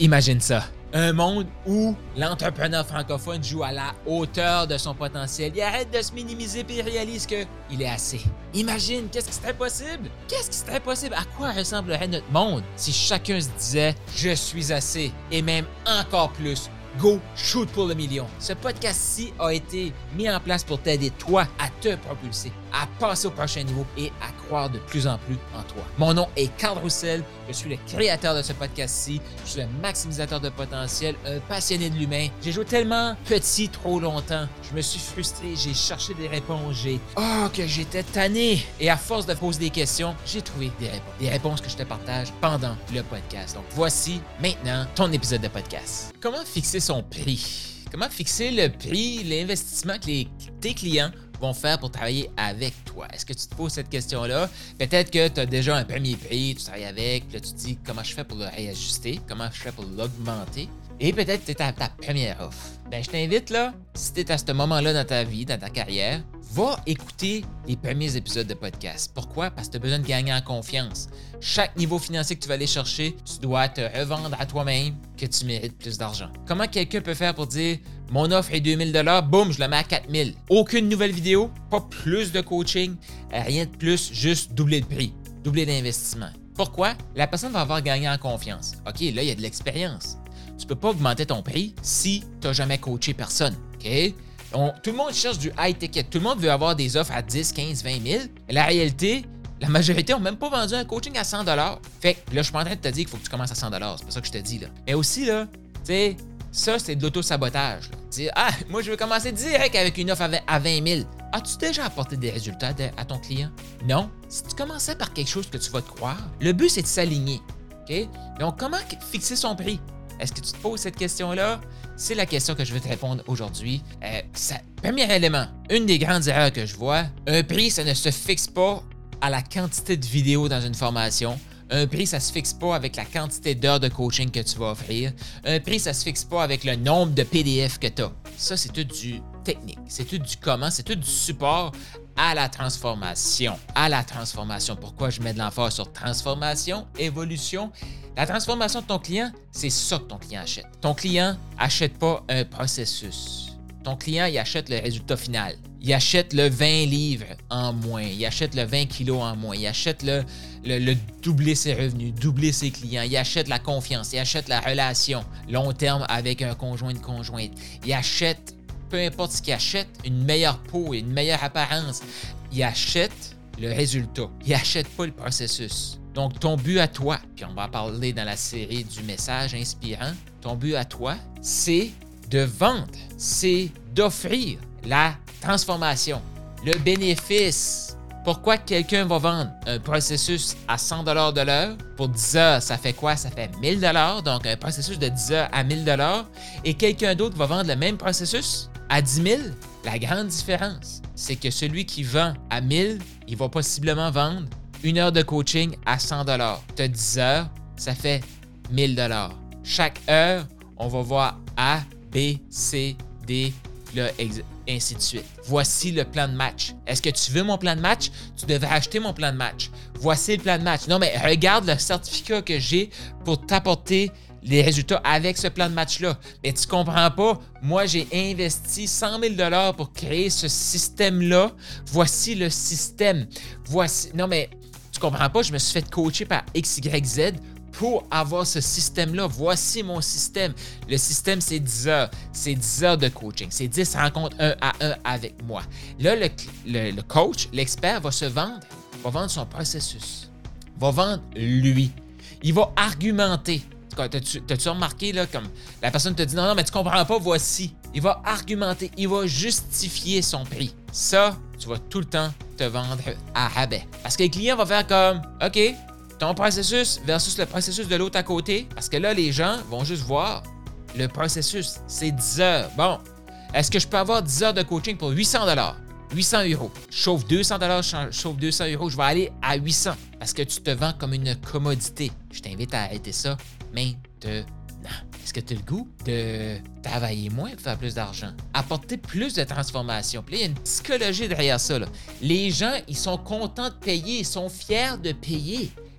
Imagine ça. Un monde où l'entrepreneur francophone joue à la hauteur de son potentiel. Il arrête de se minimiser et il réalise qu'il est assez. Imagine, qu'est-ce qui serait possible? Qu'est-ce qui serait possible? À quoi ressemblerait notre monde si chacun se disait « Je suis assez » et même encore plus. Go, shoot pour le million. Ce podcast-ci a été mis en place pour t'aider, toi, à te propulser, à passer au prochain niveau et à croire de plus en plus en toi. Mon nom est Carl Roussel, je suis le créateur de ce podcast-ci, je suis un maximisateur de potentiel, un passionné de l'humain. J'ai joué tellement petit trop longtemps, je me suis frustré, j'ai cherché des réponses, que j'étais tanné. Et à force de poser des questions, j'ai trouvé des réponses que je te partage pendant le podcast. Donc voici maintenant ton épisode de podcast. Comment fixer son prix? Comment fixer le prix, l'investissement que tes clients vont faire pour travailler avec toi? Est-ce que tu te poses cette question-là? Peut-être que tu as déjà un premier prix, tu travailles avec, puis là tu te dis comment je fais pour le réajuster, comment je fais pour l'augmenter. Et peut-être que tu es à ta première offre. Je t'invite là, si tu es à ce moment-là dans ta vie, dans ta carrière, va écouter les premiers épisodes de podcast. Pourquoi? Parce que tu as besoin de gagner en confiance. Chaque niveau financier que tu vas aller chercher, tu dois te revendre à toi-même que tu mérites plus d'argent. Comment quelqu'un peut faire pour dire « Mon offre est 2000 $, boum, je la mets à 4000 $. Aucune nouvelle vidéo, pas plus de coaching, rien de plus, juste doubler le prix, doubler l'investissement. Pourquoi? La personne va avoir gagné en confiance. OK, là, il y a de l'expérience. Tu ne peux pas augmenter ton prix si tu n'as jamais coaché personne. OK? Tout le monde cherche du high ticket. Tout le monde veut avoir des offres à 10, 15, 20 000. Mais la réalité, la majorité n'ont même pas vendu un coaching à 100 $. Fait que là, je suis pas en train de te dire qu'il faut que tu commences à 100 $. C'est pas ça que je te dis là. Mais aussi, là, tu sais, ça, c'est de l'auto-sabotage. Dire, moi, je veux commencer direct avec une offre à 20 000. As-tu déjà apporté des résultats à ton client? Non. Si tu commençais par quelque chose que tu vas te croire, le but, c'est de s'aligner. OK? Donc, comment fixer son prix? Est-ce que tu te poses cette question-là? C'est la question que je vais te répondre aujourd'hui. Premier élément, une des grandes erreurs que je vois, un prix, ça ne se fixe pas à la quantité de vidéos dans une formation. Un prix, ça ne se fixe pas avec la quantité d'heures de coaching que tu vas offrir. Un prix, ça ne se fixe pas avec le nombre de PDF que tu as. Ça, c'est tout du technique. C'est tout du comment, c'est tout du support à la transformation. À la transformation. Pourquoi je mets de l'emphase sur transformation, évolution? La transformation de ton client, c'est ça que ton client achète. Ton client n'achète pas un processus. Ton client, il achète le résultat final. Il achète le 20 livres en moins. Il achète le 20 kilos en moins. Il achète le doubler ses revenus, doubler ses clients. Il achète la confiance. Il achète la relation long terme avec un conjoint, une conjointe. Il achète, peu importe ce qu'il achète, une meilleure peau et une meilleure apparence. Il achète le résultat. Il n'achète pas le processus. Donc, ton but à toi, puis on va en parler dans la série du message inspirant, ton but à toi, c'est de vendre, c'est d'offrir la transformation, le bénéfice. Pourquoi quelqu'un va vendre un processus à 100 $ de l'heure? Pour 10 heures, ça fait quoi? Ça fait 1000 $, donc un processus de 10 heures à 1000 $. Et quelqu'un d'autre va vendre le même processus à 10 000. La grande différence, c'est que celui qui vend à 1000, il va possiblement vendre une heure de coaching à 100 $. Tu as 10 heures, ça fait 1000 $. Chaque heure, on va voir A, B, C, D, ainsi de suite. Voici le plan de match. Est-ce que tu veux mon plan de match? Tu devrais acheter mon plan de match. Voici le plan de match. Non, mais regarde le certificat que j'ai pour t'apporter les résultats avec ce plan de match-là. Mais tu comprends pas, moi, j'ai investi 100 000 $ pour créer ce système-là. Voici le système. Non, mais tu comprends pas, je me suis fait coacher par XYZ pour avoir ce système-là. Voici mon système. Le système, c'est 10 heures. C'est 10 heures de coaching. C'est 10 rencontres 1 à 1 avec moi. Là, le coach, l'expert, va vendre son processus. Va vendre lui. Il va argumenter. T'as-tu remarqué, là, comme la personne te dit « Non, mais tu comprends pas, voici. » Il va argumenter. Il va justifier son prix. Ça, tu vas tout le temps te vendre à rabais. Parce que les clients vont faire comme « OK, ton processus versus le processus de l'autre à côté. » Parce que là, les gens vont juste voir le processus. C'est 10 heures. Bon, est-ce que je peux avoir 10 heures de coaching pour 800 $? 800 €. Je chauffe 200 $, je chauffe 200 €. Je vais aller à 800 parce que tu te vends comme une commodité. Je t'invite à arrêter ça maintenant. Est-ce que tu as le goût de travailler moins pour faire plus d'argent? Apporter plus de transformation. Puis là, il y a une psychologie derrière ça, là. Les gens, ils sont contents de payer. Ils sont fiers de payer.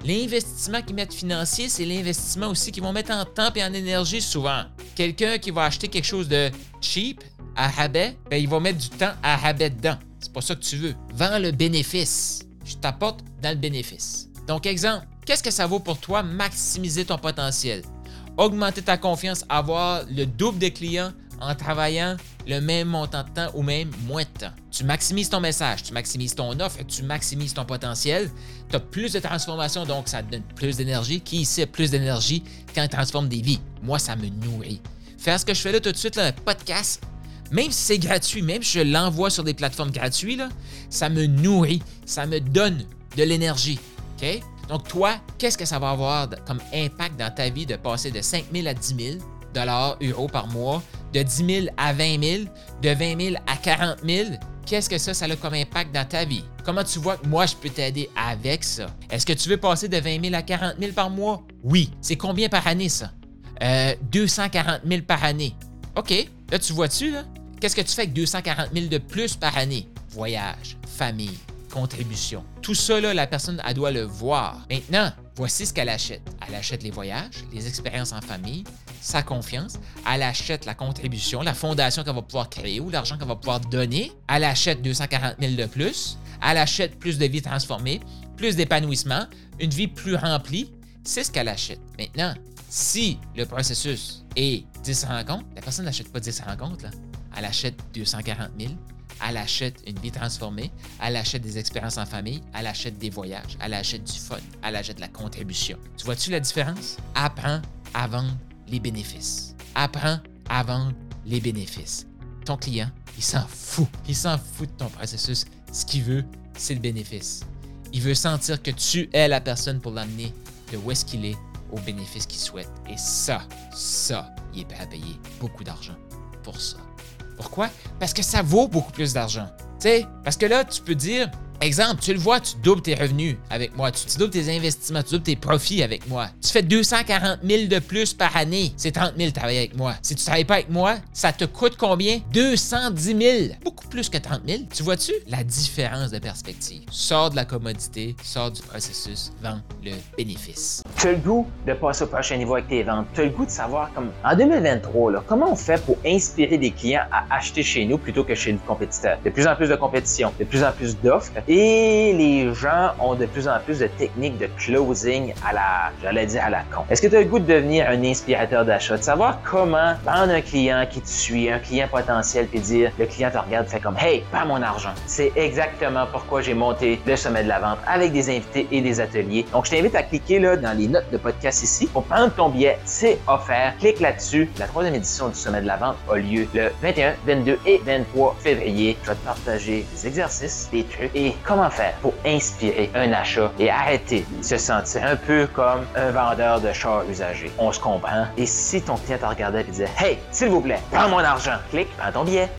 L'investissement qu'ils mettent financier, c'est l'investissement aussi qu'ils vont mettre en temps et en énergie souvent. Quelqu'un qui va acheter quelque chose de cheap, à rabais, ben, il va mettre du temps à rabais dedans. C'est pas ça que tu veux. Vends le bénéfice. Je t'apporte dans le bénéfice. Donc, exemple, qu'est-ce que ça vaut pour toi maximiser ton potentiel? Augmenter ta confiance, avoir le double de clients en travaillant le même montant de temps ou même moins de temps. Tu maximises ton message, tu maximises ton offre, tu maximises ton potentiel. Tu as plus de transformation, donc ça te donne plus d'énergie. Qui ici a plus d'énergie quand il transforme des vies? Moi, ça me nourrit. Faire ce que je fais là tout de suite, là, un podcast, même si c'est gratuit, même si je l'envoie sur des plateformes gratuites, là, ça me nourrit, ça me donne de l'énergie. OK? Donc, toi, qu'est-ce que ça va avoir comme impact dans ta vie de passer de 5 000 à 10 000 euros par mois, de 10 000 à 20 000, de 20 000 à 40 000? Qu'est-ce que ça a comme impact dans ta vie? Comment tu vois que moi, je peux t'aider avec ça? Est-ce que tu veux passer de 20 000 à 40 000 par mois? Oui. C'est combien par année, ça? 240 000 par année. OK. Là, tu vois-tu, là? Qu'est-ce que tu fais avec 240 000 de plus par année? Voyage, famille, contribution. Tout ça, là, la personne, elle doit le voir. Maintenant, voici ce qu'elle achète. Elle achète les voyages, les expériences en famille, sa confiance. Elle achète la contribution, la fondation qu'elle va pouvoir créer ou l'argent qu'elle va pouvoir donner. Elle achète 240 000 de plus. Elle achète plus de vies transformées, plus d'épanouissement, une vie plus remplie. C'est ce qu'elle achète. Maintenant, si le processus est 10 rencontres, la personne n'achète pas 10 rencontres, là. Elle achète 240 000, elle achète une vie transformée, elle achète des expériences en famille, elle achète des voyages, elle achète du fun, elle achète de la contribution. Tu vois-tu la différence? Apprends à vendre les bénéfices. Apprends à vendre les bénéfices. Ton client, il s'en fout. Il s'en fout de ton processus. Ce qu'il veut, c'est le bénéfice. Il veut sentir que tu es la personne pour l'amener de où est-ce qu'il est au bénéfice qu'il souhaite. Et ça, il est prêt à payer beaucoup d'argent pour ça. Pourquoi? Parce que ça vaut beaucoup plus d'argent. Tu sais, parce que là, tu peux dire, exemple, tu le vois, tu doubles tes revenus avec moi, tu doubles tes investissements, tu doubles tes profits avec moi. Tu fais 240 000 de plus par année. C'est 30 000 de travailler avec moi. Si tu ne travailles pas avec moi, ça te coûte combien? 210 000. Beaucoup plus que 30 000. Tu vois-tu la différence de perspective? Sors de la commodité, sors du processus, vends le bénéfice. Tu as le goût de passer au prochain niveau avec tes ventes. Tu as le goût de savoir, comme en 2023, là, comment on fait pour inspirer des clients à acheter chez nous plutôt que chez nos compétiteurs. De plus en plus de compétition, de plus en plus d'offres et les gens ont de plus en plus de techniques de closing j'allais dire à la con. Est-ce que tu as le goût de devenir un inspirateur d'achat, de savoir comment vendre un client qui te suit, un client potentiel, puis dire, le client te regarde, fait comme, hey, pas mon argent. C'est exactement pourquoi j'ai monté le sommet de la vente avec des invités et des ateliers. Donc, je t'invite à cliquer là dans les notes de podcast ici pour prendre ton billet. C'est offert. Clique là-dessus. La 3e édition du sommet de la vente a lieu le 21, 22 et 23 février. Je vais te partager des exercices, des trucs et comment faire pour inspirer un achat et arrêter de se sentir un peu comme un vendeur de chars usagés. On se comprend. Et si ton client te regardait et disait, hey, s'il vous plaît, prends mon argent, clique, prends ton billet.